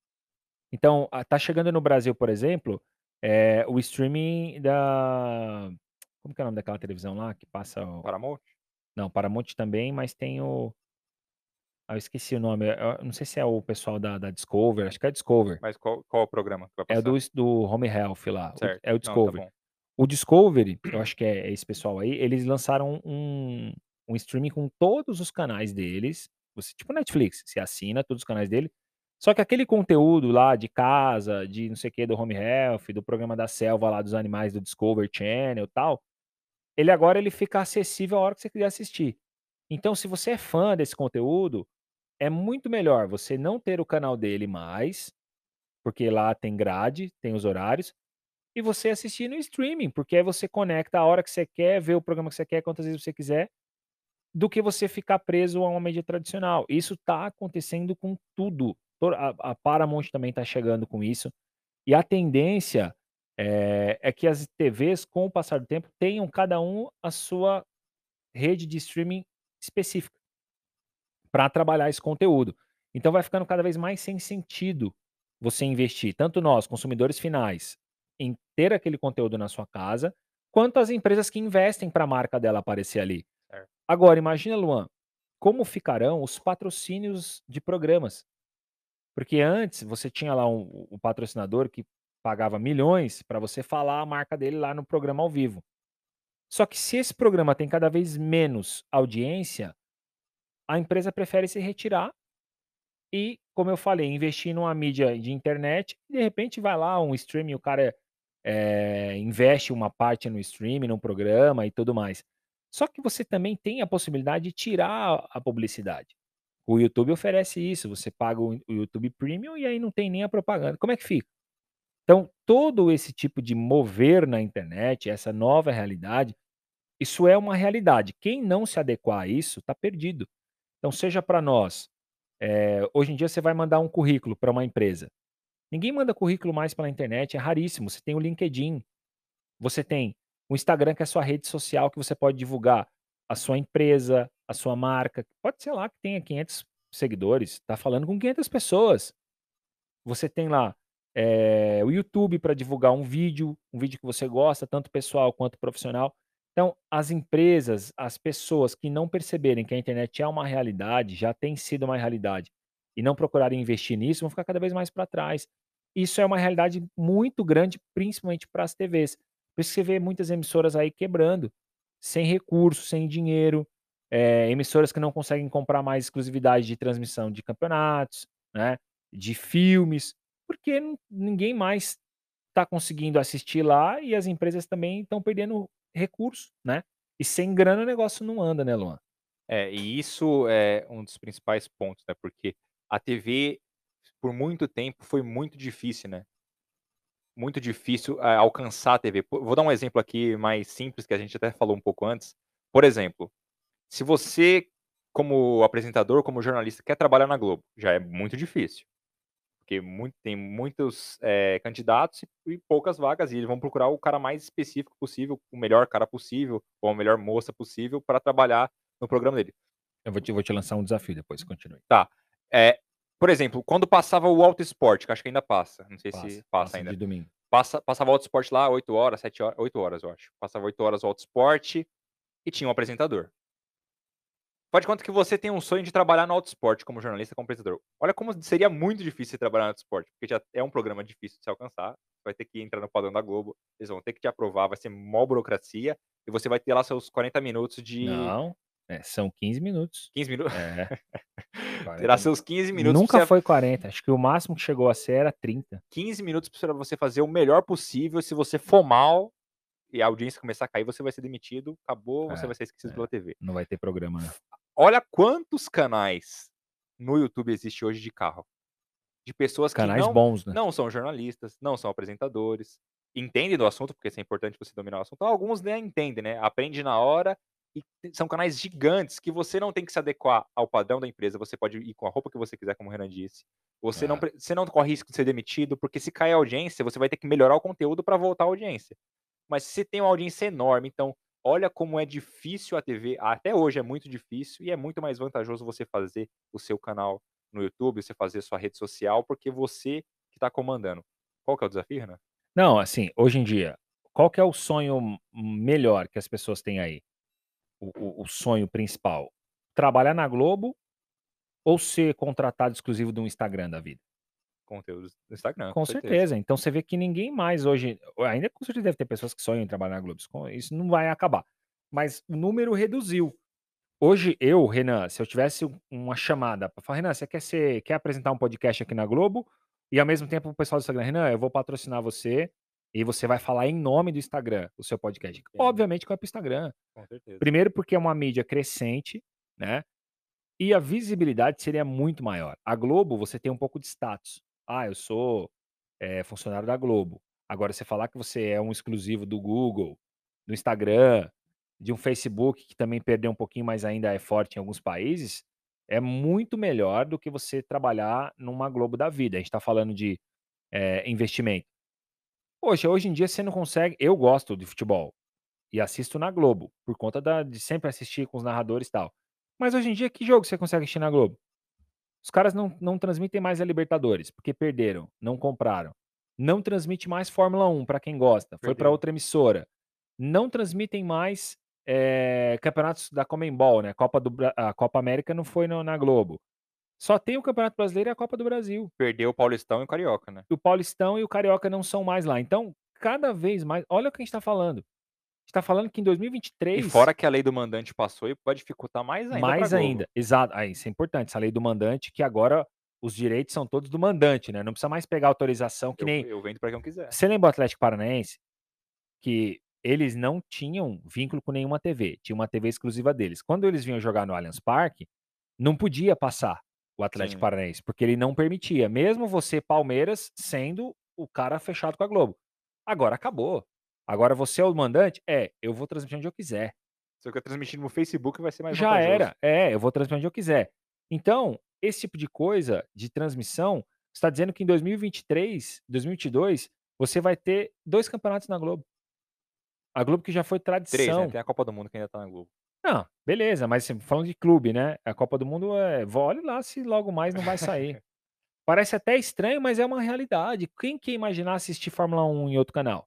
Então, ah, tá chegando no Brasil, por exemplo, eh, o streaming da como que é o nome daquela televisão lá que passa o Paramount? não, Paramount também, mas tem o ah, eu esqueci o nome, eh, eu não sei se é o pessoal da da Discover, acho que é a Discover. Mas qual qual o programa que vai É passar? do do Home Health lá, o Certo. é o Não, tá Discovery. bom. O Discovery, eu acho que é esse pessoal aí, eles lançaram um um streaming com todos os canais deles, você tipo Netflix, você assina todos os canais dele, só que aquele conteúdo lá de casa, de não sei o que, do Home Health, do programa da selva lá dos animais do Discovery Channel, e tal, ele agora ele fica acessível a hora que você quiser assistir. Então se você é fã desse conteúdo, é muito melhor você não ter o canal dele mais, porque lá tem grade, tem os horários, e você assistir no streaming, porque aí você conecta a hora que você quer, vê o programa que você quer, quantas vezes você quiser, do que você ficar preso a uma mídia tradicional. Isso tá acontecendo com tudo. To a a Paramount também tá chegando com isso, e a tendência, eh, é que as T Vs, com o passar do tempo, tenham cada um a sua rede de streaming específica, para trabalhar esse conteúdo. Então vai ficando cada vez mais sem sentido você investir, tanto nós, consumidores finais, em ter aquele conteúdo na sua casa, quanto as empresas que investem para a marca dela aparecer ali. Certo. Agora imagina, Luan, como ficarão os patrocínios de programas? Porque antes você tinha lá um o patrocinador que pagava milhões para você falar a marca dele lá no programa ao vivo. Só que se esse programa tem cada vez menos audiência, a empresa prefere se retirar e, como eu falei, investir numa mídia de internet, e de repente vai lá um streaming, o cara, eh, investe uma parte no streaming, num programa e tudo mais. Só que você também tem a possibilidade de tirar a publicidade. O YouTube oferece isso, você paga o o YouTube Premium e aí não tem nem a propaganda. Como é que fica? Então, todo esse tipo de mover na internet, essa nova realidade, isso é uma realidade. Quem não se adequar a isso, está perdido. Então, seja para nós, eh, hoje em dia você vai mandar um currículo para uma empresa. Ninguém manda currículo mais pela internet, é raríssimo. Você tem o LinkedIn, você tem o Instagram, que é a sua rede social, que você pode divulgar a sua empresa, a sua marca. Pode ser lá que tenha quinhentos seguidores, está falando com quinhentas pessoas. Você tem lá, eh, o YouTube para divulgar um vídeo, um vídeo que você gosta, tanto pessoal quanto profissional. Então, as empresas, as pessoas que não perceberem que a internet é uma realidade, já tem sido uma realidade, e não procurarem investir nisso, vão ficar cada vez mais para trás. Isso é uma realidade muito grande, principalmente para as T Vs. Por isso que você vê muitas emissoras aí quebrando, sem recurso, sem dinheiro, eh, emissoras que não conseguem comprar mais exclusividade de transmissão de campeonatos, né, de filmes, porque nin ninguém mais está conseguindo assistir lá e as empresas também estão perdendo recurso, né. E sem grana o negócio não anda, né, Luan? É, e isso é um dos principais pontos, né, porque a T V, por muito tempo, foi muito difícil, né. Muito difícil, eh, alcançar a T V. Po vou dar um exemplo aqui mais simples, que a gente até falou um pouco antes. Por exemplo, se você, como apresentador, como jornalista, quer trabalhar na Globo, já é muito difícil, porque muito tem muitos, eh, candidatos e e poucas vagas, e eles vão procurar o cara mais específico possível, o melhor cara possível, ou a melhor moça possível para trabalhar no programa dele. Eu vou te vou te lançar um desafio depois, continue. Tá, eh, por exemplo, quando passava o Auto Esporte, que acho que ainda passa, não sei se Passa, passa passa ainda. de domingo. Passa passava o Auto Esporte lá oito horas, sete horas, oito horas eu acho. Passava oito horas o Auto Esporte e tinha um apresentador. Faz de conta que você tem um sonho de trabalhar no Auto Esporte como jornalista, como apresentador. Olha como seria muito difícil você trabalhar no Auto Esporte, porque já é um programa difícil de se alcançar, vai ter que entrar no padrão da Globo, eles vão ter que te aprovar, vai ser mó burocracia, e você vai ter lá seus quarenta minutos de Não, é, são quinze minutos. quinze minu É, terá quarenta seus quinze minutos pra nunca você foi quarenta, acho que o máximo que chegou a ser era trinta. quinze minutos pra você fazer o melhor possível, se você for mal e a audiência começar a cair, você vai ser demitido, acabou, você É, vai ser esquecido é, pela T V. não vai ter programa, né. Olha quantos canais no YouTube existe hoje de carro. De pessoas que Canais não bons, né. não são jornalistas, não são apresentadores, entendem do assunto, porque isso é importante você dominar o assunto. Alguns nem entendem, né, aprende na hora e são canais gigantes que você não tem que se adequar ao padrão da empresa, você pode ir com a roupa que você quiser, como o Renan disse. Você não É. pre você não corre risco de ser demitido, porque se cair a audiência, você vai ter que melhorar o conteúdo para voltar a audiência. Mas se tem uma audiência enorme, então olha como é difícil a T V, até hoje é muito difícil e é muito mais vantajoso você fazer o seu canal no YouTube, você fazer sua rede social, porque você que está comandando. Qual que é o desafio, Renan? Não, assim, hoje em dia, qual que é o sonho m melhor que as pessoas têm aí? O o o sonho principal? Trabalhar na Globo ou ser contratado exclusivo de um Instagram da vida? Conteúdos no Instagram, com Com certeza. certeza. Então você vê que ninguém mais hoje ainda com certeza deve ter pessoas que sonham em trabalhar na Globo, isso com isso não vai acabar, mas o número reduziu. Hoje eu, Renan, se eu tivesse um uma chamada para falar: "Renan, você quer ser quer apresentar um podcast aqui na Globo?" E ao mesmo tempo o pessoal do Instagram: "Renan, eu vou patrocinar você, e você vai falar em nome do Instagram, o seu podcast." Sim, Obviamente que vai para o Instagram. com certeza. Primeiro porque é uma mídia crescente, né, e a visibilidade seria muito maior. A Globo, você tem um pouco de status. "Ah, eu sou, eh, funcionário da Globo." Agora você falar que você é um exclusivo do Google, do Instagram, de um Facebook, que também perdeu um pouquinho, mas ainda é forte em alguns países, é muito melhor do que você trabalhar numa Globo da vida. A gente tá falando de, eh, investimento. Poxa, hoje em dia você não consegue eu gosto de futebol, e assisto na Globo, por conta da de sempre assistir com os narradores e tal. Mas hoje em dia que jogo você consegue assistir na Globo? Os caras não não transmitem mais a Libertadores, porque perderam, não compraram. Não transmite mais Fórmula um para quem gosta, foi para Perdeu. outra emissora. Não transmitem mais, eh, campeonatos da Conmebol, né, Copa do Bra a Copa América não foi no na Globo. Só tem o Campeonato Brasileiro e a Copa do Brasil. Perdeu o Paulistão e o Carioca, né. O Paulistão e o Carioca não são mais lá. Então, cada vez mais olha o que a gente tá falando. A gente tá falando que em dois mil e vinte e E três fora que a lei do mandante passou e vai dificultar mais ainda pra mais Globo. ainda. Exato. Ah, isso é importante, essa lei do mandante, que agora os direitos são todos do mandante, né, não precisa mais pegar autorização que Eu nem eu vendo pra quem eu quiser. você lembra o Atlético Paranaense? Que eles não tinham vínculo com nenhuma T V, tinha uma T V exclusiva deles. Quando eles vinham jogar no Allianz Parque, não podia passar o Atlético Sim. Paranaense, porque ele não permitia, mesmo você Palmeiras sendo o cara fechado com a Globo. Agora acabou. Agora você é o mandante? É, eu vou transmitir onde eu quiser. Se eu quero transmitir no Facebook vai ser mais Já vantajoso. era. É, eu vou transmitir onde eu quiser. Então, esse tipo de coisa, de transmissão, você tá dizendo que em dois mil e vinte e três, dois mil e vinte e dois, você vai ter dois campeonatos na Globo. A Globo que já foi três, né, tradição. tem a Copa do Mundo que ainda tá na Globo. Não, beleza, mas assim, falando de clube, né, a Copa do Mundo é vo olhe lá se logo mais não vai sair. Parece até estranho, mas é uma realidade. Quem que ia imaginar assistir Fórmula um em outro canal?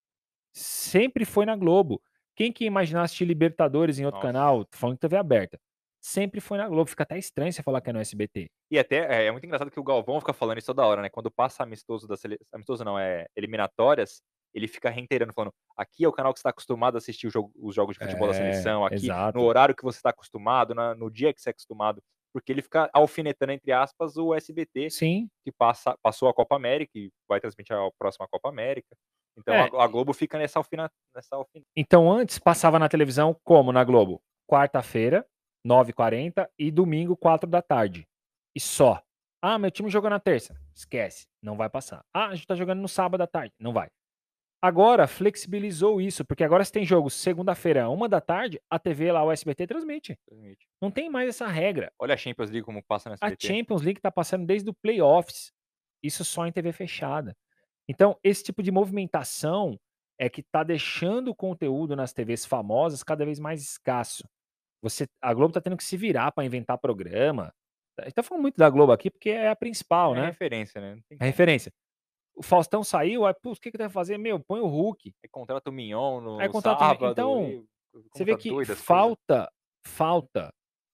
Sempre foi na Globo. Quem que ia imaginar assistir Libertadores em outro Nossa. canal? Tô falando de T V aberta. Sempre foi na Globo, fica até estranho você falar que é no S B T. E até é é muito engraçado que o Galvão fica falando isso toda hora, né, quando passa amistoso da sele amistoso não, eh, eliminatórias, ele fica reiterando falando: "Aqui é o canal que você tá acostumado a assistir o jogo os jogos de futebol da É, seleção, aqui no exato. horário que você tá acostumado, na no dia que você é acostumado", porque ele fica alfinetando, entre aspas, o S B T, Sim. que passa passou a Copa América e vai transmitir a próxima Copa América. Então a É. Glo a Globo fica nessa alfina nessa alfin Então antes passava na televisão como na Globo? Quarta-feira, nove e quarenta e domingo, quatro da tarde. E só. "Ah, meu time jogou na terça", esquece, não vai passar. "Ah, a gente tá jogando no sábado à tarde", não vai. Agora flexibilizou isso, porque agora se tem jogo segunda-feira, uma da tarde, a T V lá, o S B T transmite. Transmite. Não tem mais essa regra. Olha a Champions League como passa no A SBT. Champions League tá passando desde o playoffs. Isso só em T V fechada. Então, esse tipo de movimentação é que tá deixando o conteúdo nas T Vs famosas cada vez mais escasso. Você a Globo tá tendo que se virar pra inventar programa. A gente tá falando muito da Globo aqui, porque é a principal, É né, referência, né, não tem é como. referência. O Faustão saiu, aí: "Putz, que que vai fazer?". Meu, põe o Hulk. Aí contrata o Mignon no Aí no contrata o sábado então, e você como vê tá que doida as coisa. falta falta,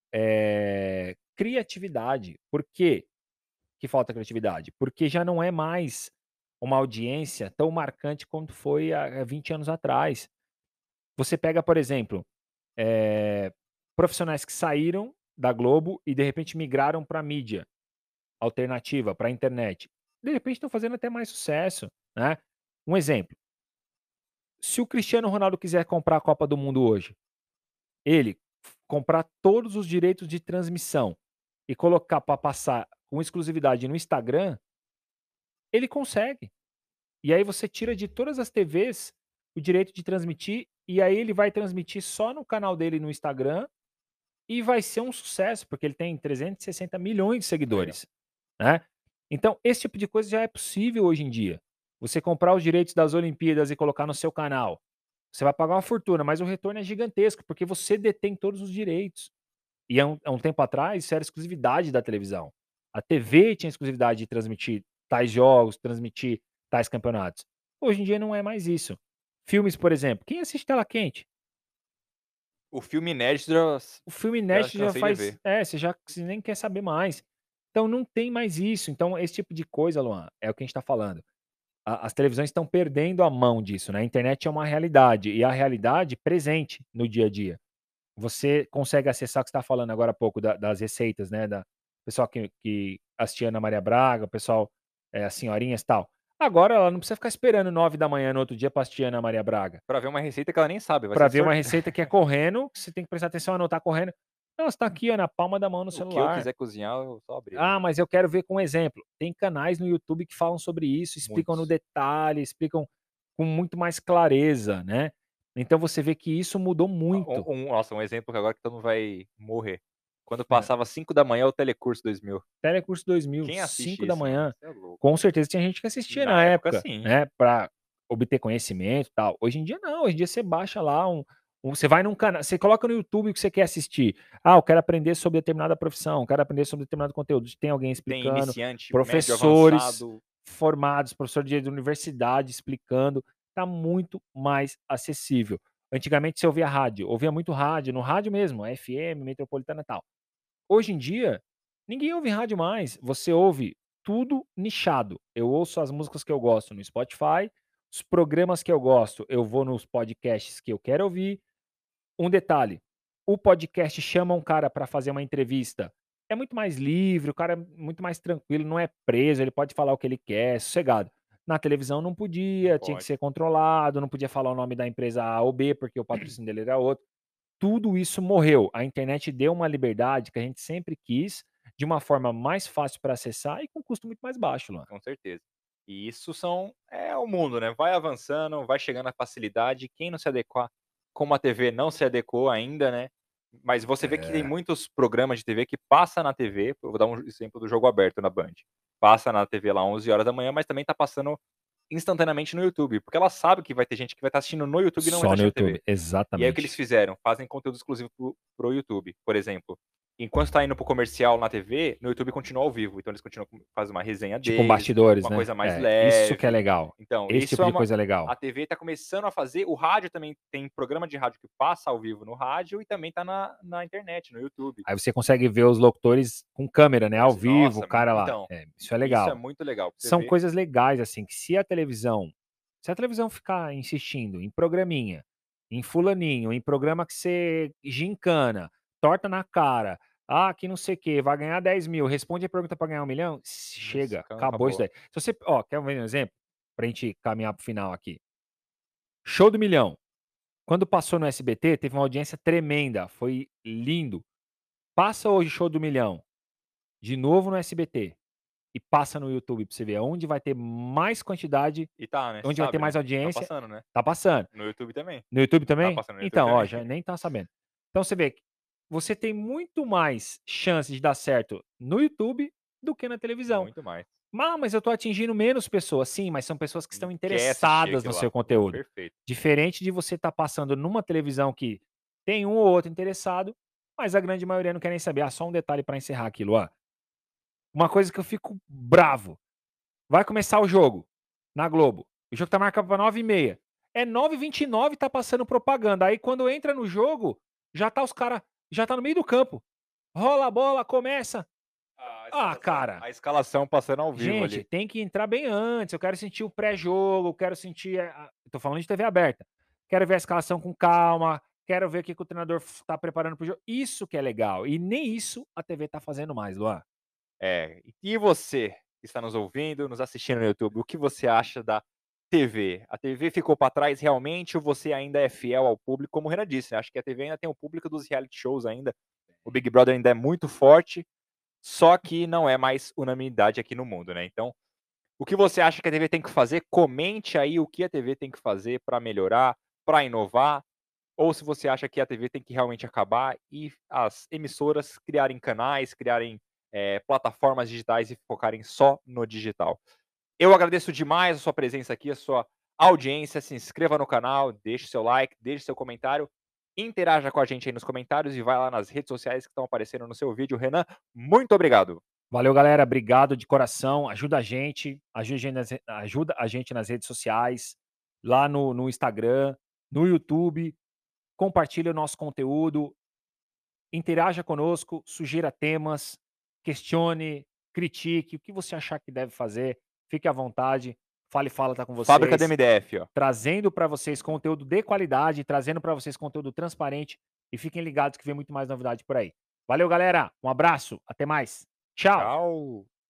eh, criatividade. Por quê que falta criatividade? Porque já não é mais uma audiência tão marcante quanto foi há há vinte anos atrás. Você pega, por exemplo, eh, profissionais que saíram da Globo e de repente migraram pra mídia alternativa, pra internet. De repente estão fazendo até mais sucesso, né. Um exemplo se o Cristiano Ronaldo quiser comprar a Copa do Mundo hoje, ele f comprar todos os direitos de transmissão e colocar pra passar com exclusividade no Instagram ele consegue. E aí você tira de todas as T Vs o direito de transmitir, e aí ele vai transmitir só no canal dele no Instagram, e vai ser um sucesso, porque ele tem trezentos e sessenta milhões de Aí, ó. seguidores, né. Então esse tipo de coisa já é possível hoje em dia. Você comprar os direitos das Olimpíadas e colocar no seu canal. Você vai pagar uma fortuna, mas o retorno é gigantesco, porque você detém todos os direitos. E há um há um tempo atrás isso era exclusividade da televisão. A T V tinha exclusividade de transmitir tais jogos, transmitir tais campeonatos. Hoje em dia não é mais isso. Filmes, por exemplo, quem assiste tela quente? O filme inédito já s O filme já inédito já cansei de faz ver. é, você já você nem quer saber mais. Então não tem mais isso. Então esse tipo de coisa, Luan, é o que a gente tá falando. A as televisões estão perdendo a mão disso, né, a internet é uma realidade, e a realidade presente no dia a dia. Você consegue acessar o que você estava falando agora há pouco da das receitas, né, da pessoal que que assistia Ana Maria Braga, o pessoal, eh, as senhorinhas, tal. Agora ela não precisa ficar esperando nove da manhã no outro dia pra assistir Ana Maria Braga. Pra ver uma receita que ela nem sabe, vai Pra ser ver uma sor receita que é correndo, que você tem que prestar atenção, anotar correndo. Nossa, tá aqui, ó, na palma da mão no O que eu celular. quiser cozinhar, eu só abrir ali. "Ah, mas eu quero ver com exemplo". Tem canais no YouTube que falam sobre isso, explicam no Muitos. detalhe, explicam com muito mais clareza, né. Então você vê que isso mudou Ah, muito. um um nossa, um exemplo que agora que todo mundo vai morrer. Quando Hã. passava cinco da manhã o Telecurso dois mil. Telecurso dois mil, Quem assiste cinco da isso, mano? manhã. Você é louco. Com certeza tinha gente que assistia Na na época época, sim. né, pra obter conhecimento, tal. Hoje em dia não, hoje em dia você baixa lá um um você vai num cana você coloca no YouTube o que você quer assistir. "Ah, eu quero aprender sobre determinada profissão, quero aprender sobre determinado conteúdo", tem alguém Tem explicando, iniciante, médio, professores avançado. formados, professor de universidade explicando, tá muito mais acessível. Antigamente você ouvia rádio, ouvia muito rádio, no rádio mesmo, FM, metropolitana, tal. Hoje em dia, Ninguém ouve rádio mais, você ouve tudo nichado. Eu ouço as músicas que eu gosto no Spotify, os programas que eu gosto, eu vou nos podcasts que eu quero ouvir. Um detalhe, o podcast chama um cara para fazer uma entrevista, é muito mais livre, o cara é muito mais tranquilo, não é preso, ele pode falar o que ele quer, sossegado. Na televisão não Não podia, tinha que pode. ser controlado, não podia falar o nome da empresa A ou B, porque o patrocínio dele era outro. Tudo isso morreu. A internet deu uma liberdade que a gente sempre quis, de uma forma mais fácil para acessar e com custo muito mais baixo, Luan. Com certeza. E isso são é o mundo, né, vai avançando, vai chegando a facilidade, quem não se adequar, como a T V não se adequou ainda, né, mas você vê que tem É. muitos programas de T V que passa na T V, eu vou dar um exemplo do Jogo Aberto na Band. Passa na T V lá onze horas da manhã, mas também tá passando instantaneamente no YouTube, porque ela sabe que vai ter gente que vai estar assistindo no YouTube e não vai estar Só no assistindo na YouTube, T V. E aí o que eles exatamente. fizeram? Fazem conteúdo exclusivo para o para o YouTube. Por exemplo, enquanto tá indo para o comercial na T V, no YouTube continua ao vivo, então eles continuam com fazem uma resenha Tipo um deles, bastidores, uma né. coisa mais É, isso que é leve. legal. Então, Esse isso tipo é de uma coisa é legal. a T V tá começando a fazer, o rádio também tem programa de rádio que passa ao vivo no rádio e também tá na na internet, no YouTube. Aí você consegue ver os locutores com câmera, né, ao Pois vivo, o nossa, cara lá. então, É, isso é isso é legal. muito legal, pra você São ver. coisas legais, assim, que se a televisão se a televisão ficar insistindo em programinha, em fulaninho, em programa que você gincana, torta na cara, ah, que não sei o quê, vai ganhar dez mil, responde a pergunta para ganhar um milhão, chega, Então acabou isso acabou. daí. Se você ó, quer ver um exemplo? Pra gente caminhar para o final aqui. Show do Milhão. Quando passou no S B T, teve uma audiência tremenda, foi lindo. Passa hoje Show do Milhão, de novo no S B T, e passa no YouTube pra você ver aonde vai ter mais quantidade, E tá, né, você onde vai ter sabe, mais né. Tá audiência, passando, né. tá passando. No YouTube também. No YouTube Tá também? passando no YouTube Então, ó, também. já nem estava sabendo. Então você vê que você tem muito mais chance de dar certo no YouTube do que na televisão. Muito mais. "Ah, mas eu tô atingindo menos pessoas", sim, mas são pessoas que Hum, estão quer assistir interessadas no aquilo lá. seu conteúdo. Perfeito. Diferente de você estar passando numa televisão que tem um ou outro interessado, mas a grande maioria não quer nem saber. Ah, só um detalhe pra encerrar aqui, Luan. Uma coisa que eu fico bravo, vai começar o jogo, na Globo, o jogo tá marcado pra nove e meia, é nove e vinte e nove tá passando propaganda, aí quando entra no jogo, já tá os cara já tá no meio do campo, rola a bola, começa. A Ah, escalação cara. a escalação passando ao vivo Gente, ali. tem que entrar bem antes, eu quero sentir o pré-jogo, quero sentir a a tô falando de T V aberta. Quero ver a escalação com calma, quero ver o que que o treinador f tá preparando para o jogo, isso que é legal, e nem isso a T V tá fazendo mais, Luan. É, e você que está nos ouvindo, nos assistindo no YouTube, o que você acha da T V? A T V ficou pra trás realmente ou você ainda é fiel ao público? Como o Renan disse, acho que a T V ainda tem o público dos reality shows ainda, o Big Brother ainda é muito forte, só que não é mais unanimidade aqui no mundo, né. Então, o que você acha que a T V tem que fazer? Comente aí o que a T V tem que fazer pra melhorar, pra inovar, ou se você acha que a T V tem que realmente acabar e as emissoras criarem canais, criarem, eh, plataformas digitais e focarem só no digital. Eu agradeço demais a sua presença aqui, a sua audiência, se inscreva no canal, deixe seu like, deixe seu comentário, interaja com a gente aí nos comentários e vai lá nas redes sociais que estão aparecendo no seu vídeo. Renan, muito obrigado. Valeu galera, obrigado de coração, ajuda a gente, ajude nas re ajuda a gente nas redes sociais, lá no no Instagram, no YouTube, compartilha o nosso conteúdo, interaja conosco, sugira temas, questione, critique, o que você achar que deve fazer, fique à vontade, Fala e Fala tá com Fábrica do vocês, MDF, ó. trazendo pra vocês conteúdo de qualidade, trazendo pra vocês conteúdo transparente, e fiquem ligados que vem muito mais novidade por aí. Valeu galera, um abraço, até mais, tchau. Tchau.